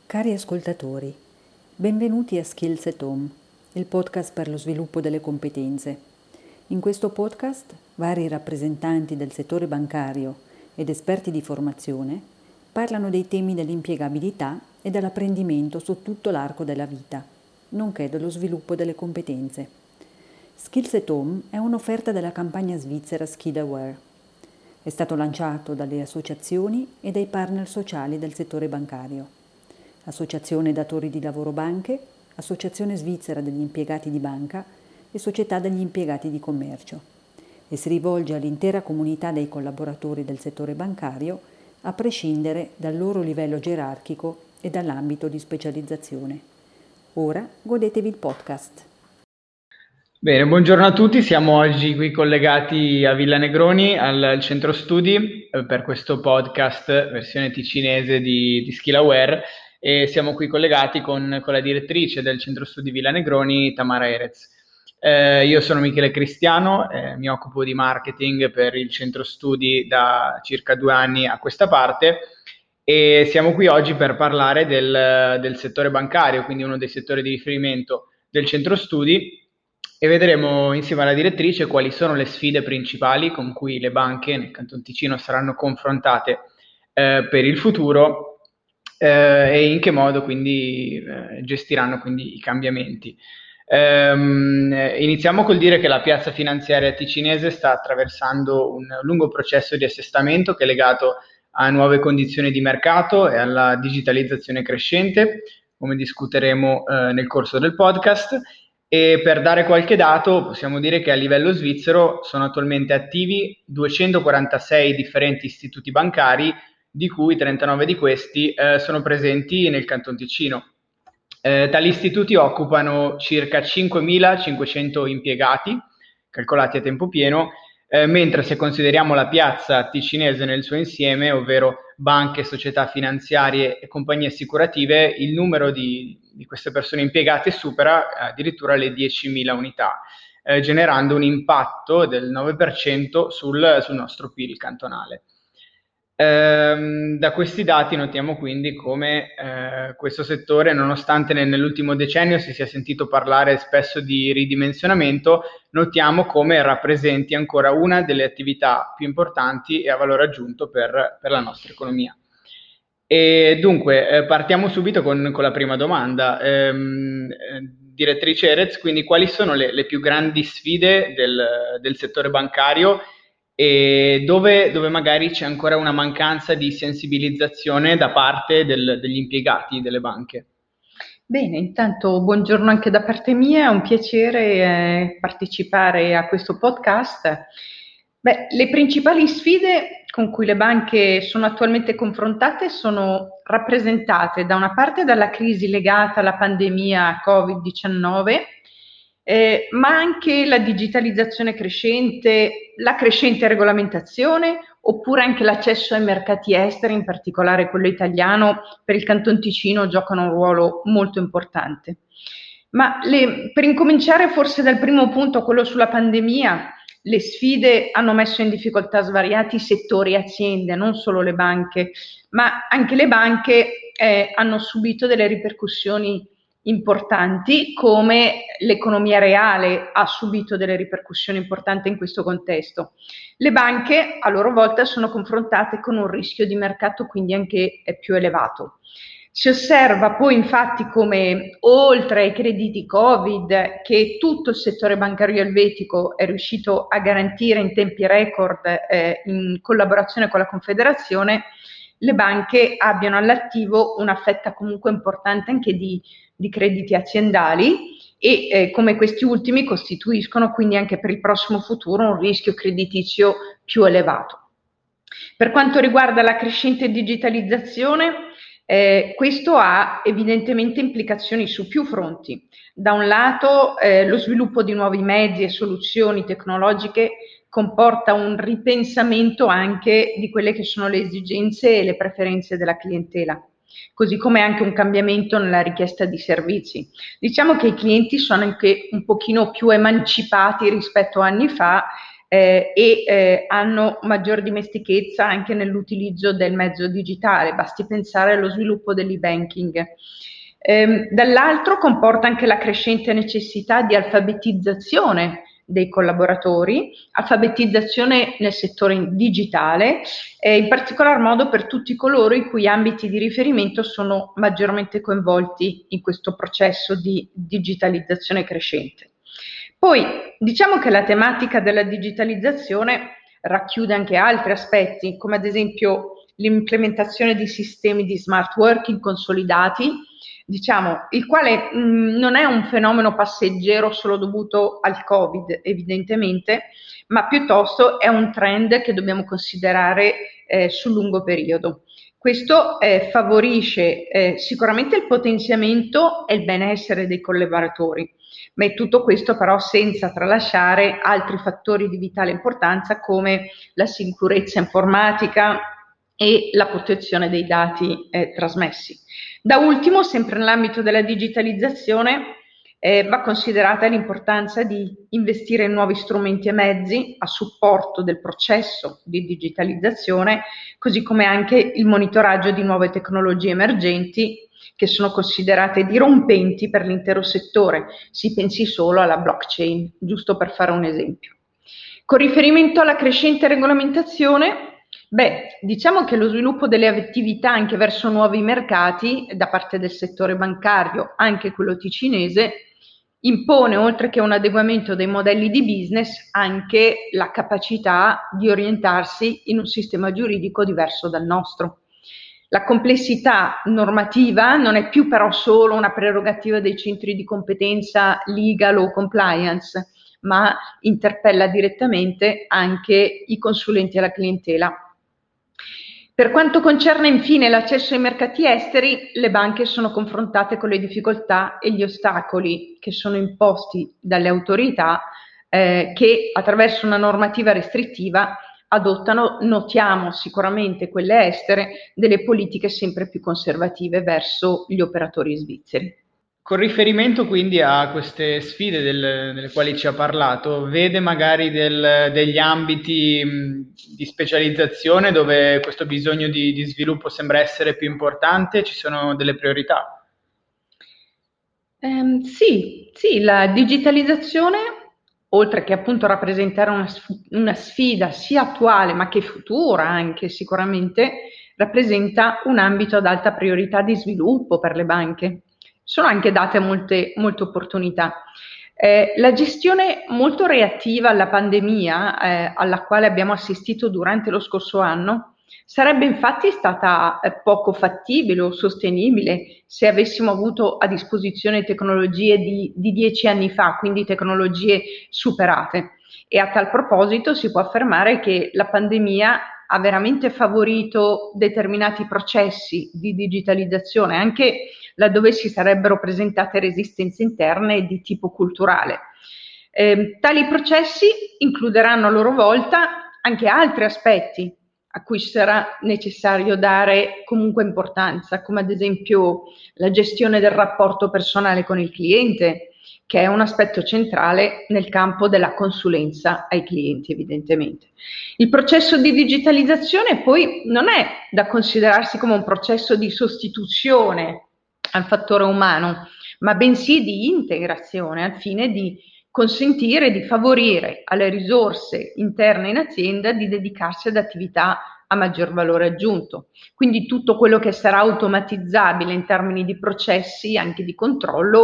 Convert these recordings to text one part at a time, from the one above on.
Cari ascoltatori, benvenuti a Skills at Home, il podcast per lo sviluppo delle competenze. In questo podcast vari rappresentanti del settore bancario ed esperti di formazione parlano dei temi dell'impiegabilità e dell'apprendimento su tutto l'arco della vita, nonché dello sviluppo delle competenze. Skills at Home è un'offerta della campagna svizzera Skill Aware. È stato lanciato dalle associazioni e dai partner sociali del settore bancario. Associazione Datori di Lavoro Banche, Associazione Svizzera degli Impiegati di Banca e Società degli Impiegati di Commercio, e si rivolge all'intera comunità dei collaboratori del settore bancario, a prescindere dal loro livello gerarchico e dall'ambito di specializzazione. Ora godetevi il podcast. Bene, buongiorno a tutti, siamo oggi qui collegati a Villa Negroni, al centro studi, per questo podcast versione ticinese di Skill Aware, e siamo qui collegati con la direttrice del centro studi Villa Negroni, Tamara Erez. Io sono Michele Cristiano, mi occupo di marketing per il centro studi da circa 2 anni a questa parte, e siamo qui oggi per parlare del settore bancario, quindi uno dei settori di riferimento del centro studi, e vedremo insieme alla direttrice quali sono le sfide principali con cui le banche nel Canton Ticino saranno confrontate per il futuro, e in che modo quindi gestiranno quindi i cambiamenti. Iniziamo col dire che la piazza finanziaria ticinese sta attraversando un lungo processo di assestamento che è legato a nuove condizioni di mercato e alla digitalizzazione crescente, come discuteremo nel corso del podcast. E per dare qualche dato, possiamo dire che a livello svizzero sono attualmente attivi 246 differenti istituti bancari, di cui 39 di questi sono presenti nel Canton Ticino. Tali istituti occupano circa 5.500 impiegati, calcolati a tempo pieno, mentre se consideriamo la piazza ticinese nel suo insieme, ovvero banche, società finanziarie e compagnie assicurative, il numero di queste persone impiegate supera addirittura le 10.000 unità, generando un impatto del 9% sul nostro PIL cantonale. Da questi dati notiamo quindi come questo settore, nonostante nell'ultimo decennio si sia sentito parlare spesso di ridimensionamento, notiamo come rappresenti ancora una delle attività più importanti e a valore aggiunto per la nostra economia. E dunque, partiamo subito con la prima domanda. Direttrice Erez, quindi quali sono le più grandi sfide del settore bancario, e dove magari c'è ancora una mancanza di sensibilizzazione da parte degli impiegati delle banche? Bene, intanto buongiorno anche da parte mia, è un piacere partecipare a questo podcast. Le principali sfide con cui le banche sono attualmente confrontate sono rappresentate da una parte dalla crisi legata alla pandemia Covid-19, ma anche la digitalizzazione crescente, la crescente regolamentazione, oppure anche l'accesso ai mercati esteri, in particolare quello italiano, per il Canton Ticino giocano un ruolo molto importante. Ma per incominciare forse dal primo punto, quello sulla pandemia, le sfide hanno messo in difficoltà svariati settori e aziende, non solo le banche, ma anche le banche hanno subito delle ripercussioni importanti, come l'economia reale ha subito delle ripercussioni importanti in questo contesto. Le banche a loro volta sono confrontate con un rischio di mercato quindi anche più elevato. Si osserva poi infatti come, oltre ai crediti Covid che tutto il settore bancario elvetico è riuscito a garantire in tempi record in collaborazione con la Confederazione, le banche abbiano all'attivo una fetta comunque importante anche di crediti aziendali e come questi ultimi costituiscono quindi anche per il prossimo futuro un rischio creditizio più elevato. Per quanto riguarda la crescente digitalizzazione, questo ha evidentemente implicazioni su più fronti. Da un lato lo sviluppo di nuovi mezzi e soluzioni tecnologiche comporta un ripensamento anche di quelle che sono le esigenze e le preferenze della clientela, così come anche un cambiamento nella richiesta di servizi. Diciamo che i clienti sono anche un pochino più emancipati rispetto a anni fa hanno maggior dimestichezza anche nell'utilizzo del mezzo digitale, basti pensare allo sviluppo dell'e-banking. Dall'altro comporta anche la crescente necessità di alfabetizzazione dei collaboratori, alfabetizzazione nel settore digitale, in particolar modo per tutti coloro i cui ambiti di riferimento sono maggiormente coinvolti in questo processo di digitalizzazione crescente. Poi diciamo che la tematica della digitalizzazione racchiude anche altri aspetti, come ad esempio l'implementazione di sistemi di smart working consolidati, diciamo, il quale non è un fenomeno passeggero solo dovuto al Covid, evidentemente, ma piuttosto è un trend che dobbiamo considerare sul lungo periodo. Questo favorisce sicuramente il potenziamento e il benessere dei collaboratori, ma è tutto questo però senza tralasciare altri fattori di vitale importanza come la sicurezza informatica e la protezione dei dati trasmessi. Da ultimo, sempre nell'ambito della digitalizzazione, va considerata l'importanza di investire in nuovi strumenti e mezzi a supporto del processo di digitalizzazione, così come anche il monitoraggio di nuove tecnologie emergenti che sono considerate dirompenti per l'intero settore. Si pensi solo alla blockchain, giusto per fare un esempio. Con riferimento alla crescente regolamentazione, diciamo che lo sviluppo delle attività anche verso nuovi mercati da parte del settore bancario, anche quello ticinese, impone, oltre che un adeguamento dei modelli di business, anche la capacità di orientarsi in un sistema giuridico diverso dal nostro. La complessità normativa non è più però solo una prerogativa dei centri di competenza legal o compliance, ma interpella direttamente anche i consulenti alla clientela. Per quanto concerne infine l'accesso ai mercati esteri, le banche sono confrontate con le difficoltà e gli ostacoli che sono imposti dalle autorità che attraverso una normativa restrittiva adottano, notiamo sicuramente quelle estere, delle politiche sempre più conservative verso gli operatori svizzeri. Con riferimento quindi a queste sfide delle quali ci ha parlato, vede magari degli ambiti di specializzazione dove questo bisogno di sviluppo sembra essere più importante? Ci sono delle priorità? Sì, la digitalizzazione, oltre che appunto rappresentare una sfida sia attuale ma che futura anche sicuramente, rappresenta un ambito ad alta priorità di sviluppo per le banche. Sono anche date molte opportunità. La gestione molto reattiva alla pandemia, alla quale abbiamo assistito durante lo scorso anno, sarebbe infatti stata poco fattibile o sostenibile se avessimo avuto a disposizione tecnologie di 10 anni fa, quindi tecnologie superate. E a tal proposito si può affermare che la pandemia ha veramente favorito determinati processi di digitalizzazione, anche laddove si sarebbero presentate resistenze interne di tipo culturale. Tali processi includeranno a loro volta anche altri aspetti a cui sarà necessario dare comunque importanza, come ad esempio la gestione del rapporto personale con il cliente, che è un aspetto centrale nel campo della consulenza ai clienti, evidentemente. Il processo di digitalizzazione poi non è da considerarsi come un processo di sostituzione al fattore umano, ma bensì di integrazione al fine di consentire di favorire alle risorse interne in azienda di dedicarsi ad attività a maggior valore aggiunto. Quindi tutto quello che sarà automatizzabile in termini di processi, anche di controllo,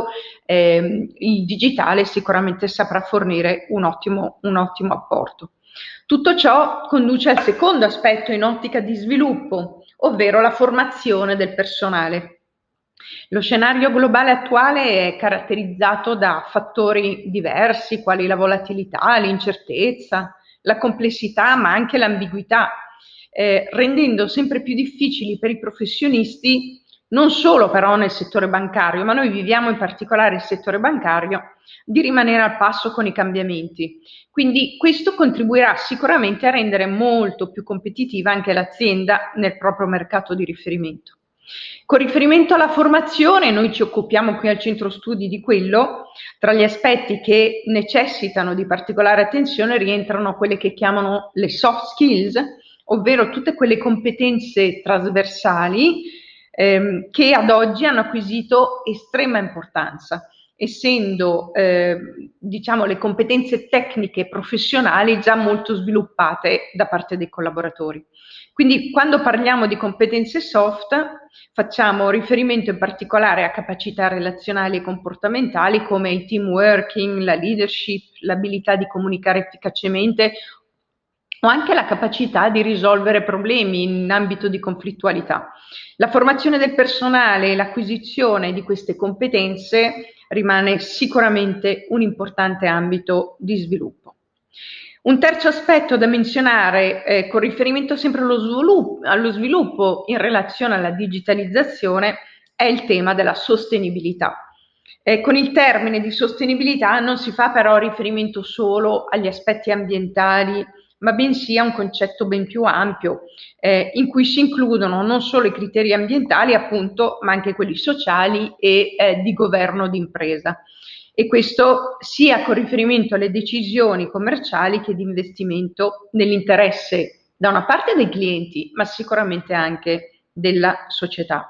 il digitale sicuramente saprà fornire un ottimo apporto. Tutto ciò conduce al secondo aspetto in ottica di sviluppo, ovvero la formazione del personale. Lo scenario globale attuale è caratterizzato da fattori diversi, quali la volatilità, l'incertezza, la complessità, ma anche l'ambiguità, rendendo sempre più difficili per i professionisti, non solo però nel settore bancario, ma noi viviamo in particolare il settore bancario, di rimanere al passo con i cambiamenti. Quindi questo contribuirà sicuramente a rendere molto più competitiva anche l'azienda nel proprio mercato di riferimento. Con riferimento alla formazione, noi ci occupiamo qui al centro studi di quello. Tra gli aspetti che necessitano di particolare attenzione rientrano quelle che chiamano le soft skills, ovvero tutte quelle competenze trasversali che ad oggi hanno acquisito estrema importanza, essendo le competenze tecniche e professionali già molto sviluppate da parte dei collaboratori. Quindi quando parliamo di competenze soft facciamo riferimento in particolare a capacità relazionali e comportamentali come il team working, la leadership, l'abilità di comunicare efficacemente o anche la capacità di risolvere problemi in ambito di conflittualità. La formazione del personale e l'acquisizione di queste competenze rimane sicuramente un importante ambito di sviluppo. Un terzo aspetto da menzionare, con riferimento sempre allo sviluppo in relazione alla digitalizzazione, è il tema della sostenibilità. Con il termine di sostenibilità non si fa però riferimento solo agli aspetti ambientali, ma bensì a un concetto ben più ampio, in cui si includono non solo i criteri ambientali, appunto, ma anche quelli sociali e di governo d'impresa. E questo sia con riferimento alle decisioni commerciali che di investimento nell'interesse da una parte dei clienti, ma sicuramente anche della società.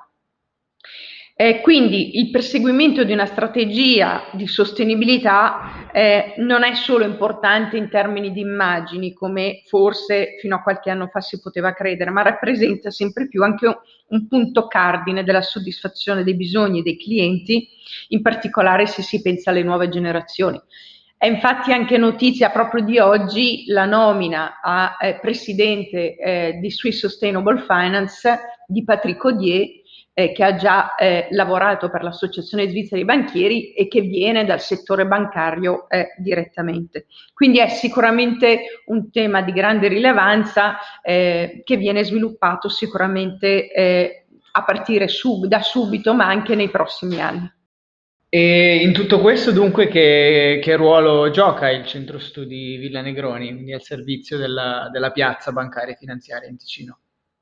Quindi il perseguimento di una strategia di sostenibilità non è solo importante in termini di immagini, come forse fino a qualche anno fa si poteva credere, ma rappresenta sempre più anche un punto cardine della soddisfazione dei bisogni dei clienti, in particolare se si pensa alle nuove generazioni. È infatti anche notizia proprio di oggi la nomina a presidente di Swiss Sustainable Finance di Patrick Odier, che ha già lavorato per l'Associazione Svizzera dei Banchieri e che viene dal settore bancario direttamente. Quindi è sicuramente un tema di grande rilevanza che viene sviluppato sicuramente a partire da subito, ma anche nei prossimi anni. E in tutto questo dunque che ruolo gioca il centro studi Villa Negroni, quindi al servizio della piazza bancaria e finanziaria in Ticino?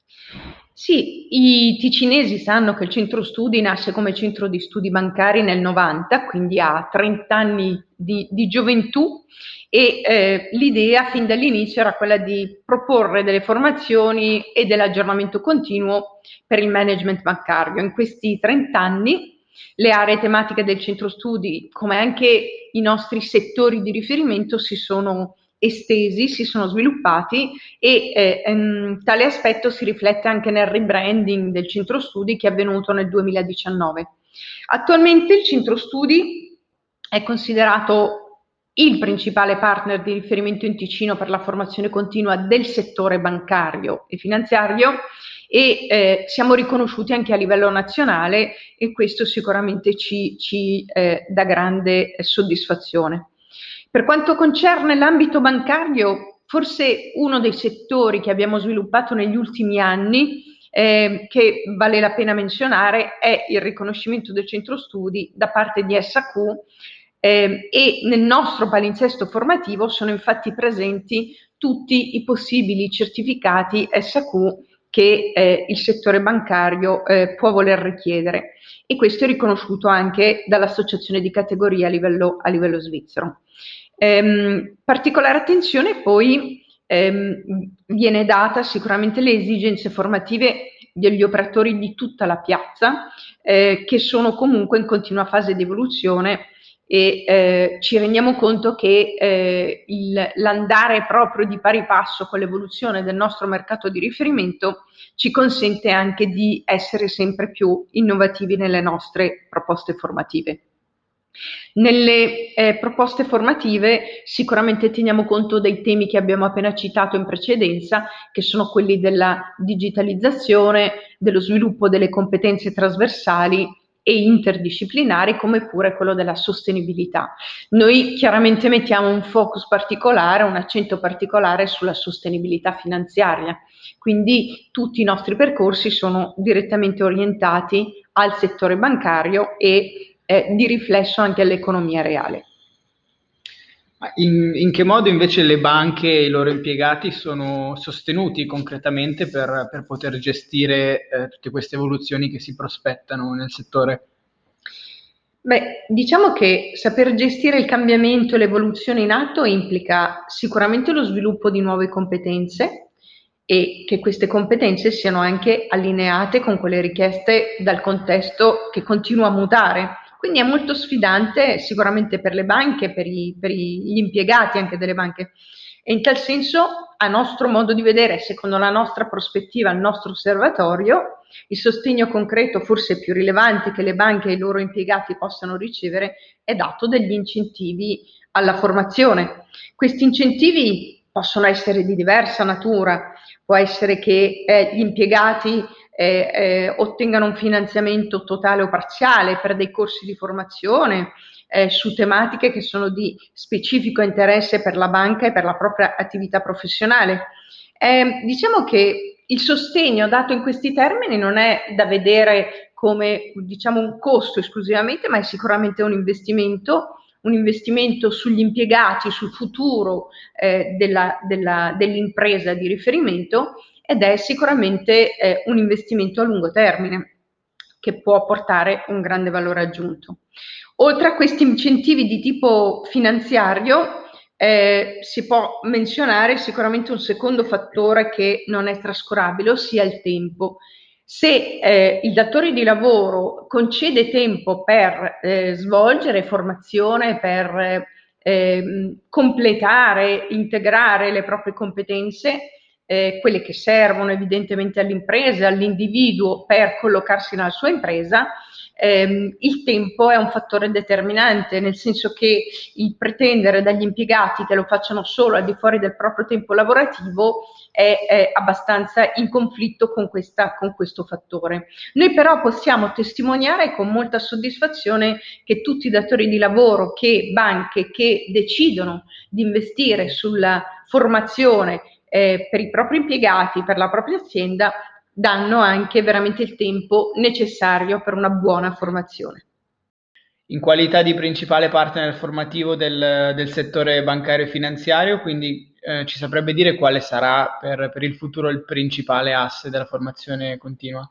Sì, i ticinesi sanno che il centro studi nasce come centro di studi bancari nel 90, quindi ha 30 anni di gioventù e l'idea fin dall'inizio era quella di proporre delle formazioni e dell'aggiornamento continuo per il management bancario. In questi 30 anni le aree tematiche del centro studi, come anche i nostri settori di riferimento, si sono estesi, si sono sviluppati e tale aspetto si riflette anche nel rebranding del centro studi che è avvenuto nel 2019. Attualmente il centro studi è considerato il principale partner di riferimento in Ticino per la formazione continua del settore bancario e finanziario e siamo riconosciuti anche a livello nazionale e questo sicuramente ci dà grande soddisfazione. Per quanto concerne l'ambito bancario, forse uno dei settori che abbiamo sviluppato negli ultimi anni, che vale la pena menzionare, è il riconoscimento del centro studi da parte di SAQ e nel nostro palinsesto formativo sono infatti presenti tutti i possibili certificati SAQ che il settore bancario può voler richiedere e questo è riconosciuto anche dall'associazione di categoria a livello svizzero. Particolare attenzione poi viene data sicuramente alle esigenze formative degli operatori di tutta la piazza che sono comunque in continua fase di evoluzione e ci rendiamo conto che l'andare proprio di pari passo con l'evoluzione del nostro mercato di riferimento ci consente anche di essere sempre più innovativi nelle nostre proposte formative. Nelle proposte formative sicuramente teniamo conto dei temi che abbiamo appena citato in precedenza, che sono quelli della digitalizzazione, dello sviluppo delle competenze trasversali e interdisciplinari, come pure quello della sostenibilità. Noi chiaramente mettiamo un focus particolare, un accento particolare sulla sostenibilità finanziaria, quindi tutti i nostri percorsi sono direttamente orientati al settore bancario e di riflesso anche all'economia reale. In che modo invece le banche e i loro impiegati sono sostenuti concretamente per poter gestire tutte queste evoluzioni che si prospettano nel settore? Beh, diciamo che saper gestire il cambiamento e l'evoluzione in atto implica sicuramente lo sviluppo di nuove competenze e che queste competenze siano anche allineate con quelle richieste dal contesto che continua a mutare. Quindi è molto sfidante sicuramente per le banche, gli impiegati anche delle banche. E in tal senso, a nostro modo di vedere, secondo la nostra prospettiva, il nostro osservatorio, il sostegno concreto, forse più rilevante che le banche e i loro impiegati possano ricevere, è dato dagli incentivi alla formazione. Questi incentivi possono essere di diversa natura, può essere che gli impiegati ottengano un finanziamento totale o parziale per dei corsi di formazione su tematiche che sono di specifico interesse per la banca e per la propria attività professionale. Diciamo che il sostegno dato in questi termini non è da vedere come diciamo, un costo esclusivamente, ma è sicuramente un investimento sugli impiegati, sul futuro dell'impresa di riferimento ed è sicuramente un investimento a lungo termine che può portare un grande valore aggiunto. Oltre a questi incentivi di tipo finanziario, si può menzionare sicuramente un secondo fattore che non è trascurabile, ossia il tempo. Se il datore di lavoro concede tempo per svolgere formazione, per completare, integrare le proprie competenze, quelle che servono evidentemente all'impresa, all'individuo per collocarsi nella sua impresa, il tempo è un fattore determinante, nel senso che il pretendere dagli impiegati che lo facciano solo al di fuori del proprio tempo lavorativo è abbastanza in conflitto con questo fattore. Noi però possiamo testimoniare con molta soddisfazione che tutti i datori di lavoro, che banche che decidono di investire sulla formazione per i propri impiegati, per la propria azienda, danno anche veramente il tempo necessario per una buona formazione. In qualità di principale partner formativo del settore bancario e finanziario, quindi ci saprebbe dire quale sarà per il futuro il principale asse della formazione continua?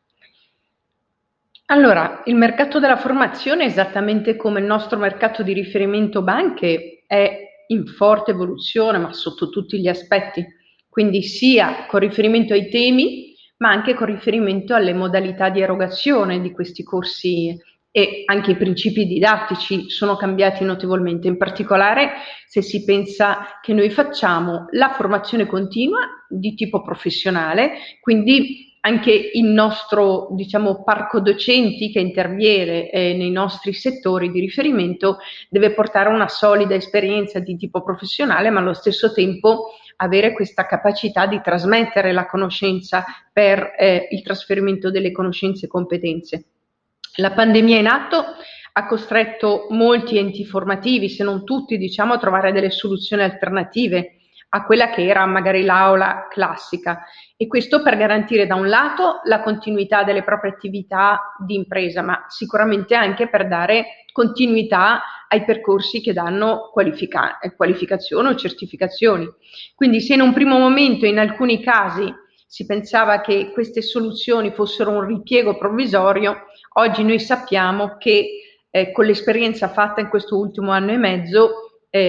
Allora, il mercato della formazione, esattamente come il nostro mercato di riferimento banche, è in forte evoluzione, ma sotto tutti gli aspetti, quindi sia con riferimento ai temi, ma anche con riferimento alle modalità di erogazione di questi corsi e anche i principi didattici sono cambiati notevolmente, in particolare se si pensa che noi facciamo la formazione continua di tipo professionale, quindi anche il nostro diciamo, parco docenti che interviene nei nostri settori di riferimento deve portare una solida esperienza di tipo professionale, ma allo stesso tempo avere questa capacità di trasmettere la conoscenza per il trasferimento delle conoscenze e competenze. La pandemia in atto ha costretto molti enti formativi, se non tutti, diciamo, a trovare delle soluzioni alternative a quella che era magari l'aula classica e questo per garantire da un lato la continuità delle proprie attività di impresa, ma sicuramente anche per dare continuità ai percorsi che danno qualificazioni o certificazioni. Quindi se in un primo momento in alcuni casi si pensava che queste soluzioni fossero un ripiego provvisorio, oggi noi sappiamo che con l'esperienza fatta in questo ultimo anno e mezzo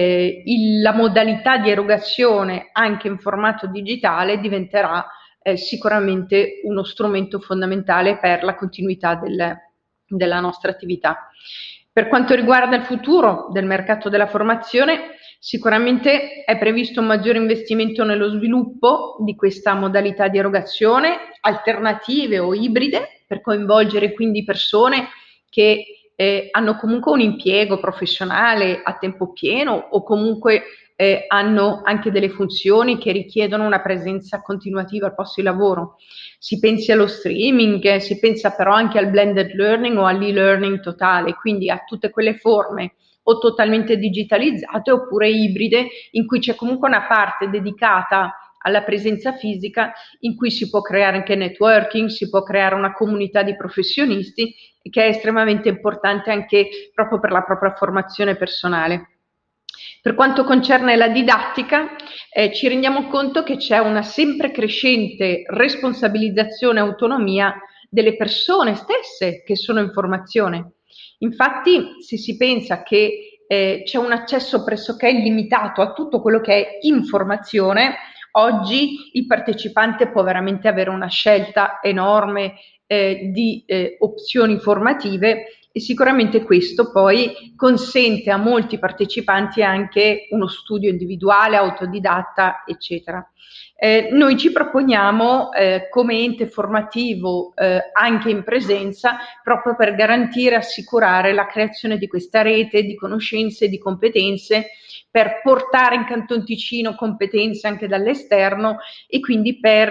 la modalità di erogazione anche in formato digitale diventerà sicuramente uno strumento fondamentale per la continuità della nostra attività. Per quanto riguarda il futuro del mercato della formazione, sicuramente è previsto un maggiore investimento nello sviluppo di questa modalità di erogazione, alternative o ibride, per coinvolgere quindi persone che hanno comunque un impiego professionale a tempo pieno o comunque hanno anche delle funzioni che richiedono una presenza continuativa al posto di lavoro. Si pensi allo streaming, si pensa però anche al blended learning o all'e-learning totale, quindi a tutte quelle forme o totalmente digitalizzate oppure ibride in cui c'è comunque una parte dedicata alla presenza fisica in cui si può creare anche networking, si può creare una comunità di professionisti che è estremamente importante anche proprio per la propria formazione personale. Per quanto concerne la didattica, ci rendiamo conto che c'è una sempre crescente responsabilizzazione e autonomia delle persone stesse che sono in formazione. Infatti, se si pensa che c'è un accesso pressoché illimitato a tutto quello che è informazione, oggi il partecipante può veramente avere una scelta enorme di opzioni formative e sicuramente questo poi consente a molti partecipanti anche uno studio individuale, autodidatta, eccetera. Noi ci proponiamo come ente formativo anche in presenza proprio per garantire e assicurare la creazione di questa rete di conoscenze e di competenze per portare in Canton Ticino competenze anche dall'esterno e quindi per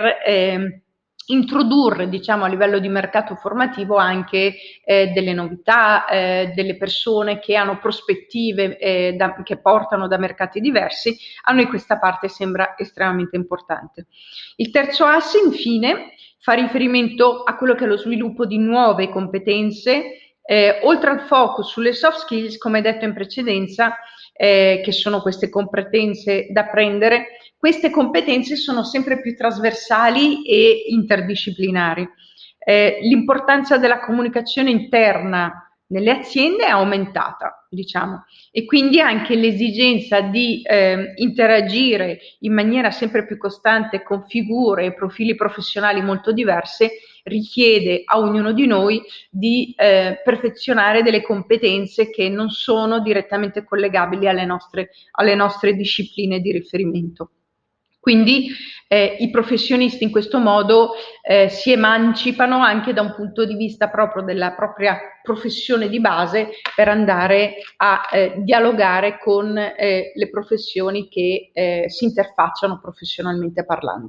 introdurre, diciamo, a livello di mercato formativo anche delle novità, delle persone che hanno prospettive che portano da mercati diversi. A noi questa parte sembra estremamente importante. Il terzo asse, infine, fa riferimento a quello che è lo sviluppo di nuove competenze, oltre al focus sulle soft skills, come detto in precedenza, che sono queste competenze da apprendere. Queste competenze sono sempre più trasversali e interdisciplinari. L'importanza della comunicazione interna nelle aziende è aumentata, diciamo, e quindi anche l'esigenza di interagire in maniera sempre più costante con figure e profili professionali molto diverse richiede a ognuno di noi di perfezionare delle competenze che non sono direttamente collegabili alle nostre discipline di riferimento. Quindi i professionisti in questo modo si emancipano anche da un punto di vista proprio della propria professione di base per andare a dialogare con le professioni che si interfacciano professionalmente parlando.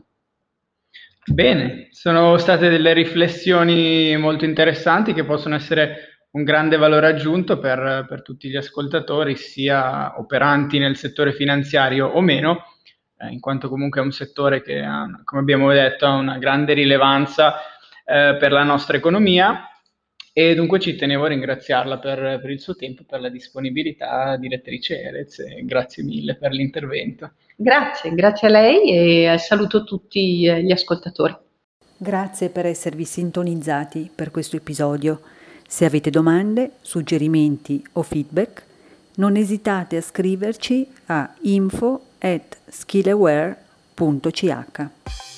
Bene, sono state delle riflessioni molto interessanti che possono essere un grande valore aggiunto per tutti gli ascoltatori, sia operanti nel settore finanziario o meno, in quanto comunque è un settore che, come abbiamo detto, ha una grande rilevanza per la nostra economia e dunque ci tenevo a ringraziarla per il suo tempo, per la disponibilità, direttrice Elez, e grazie mille per l'intervento. Grazie a lei e saluto tutti gli ascoltatori. Grazie per esservi sintonizzati per questo episodio. Se avete domande, suggerimenti o feedback, non esitate a scriverci a info@skillaware.ch.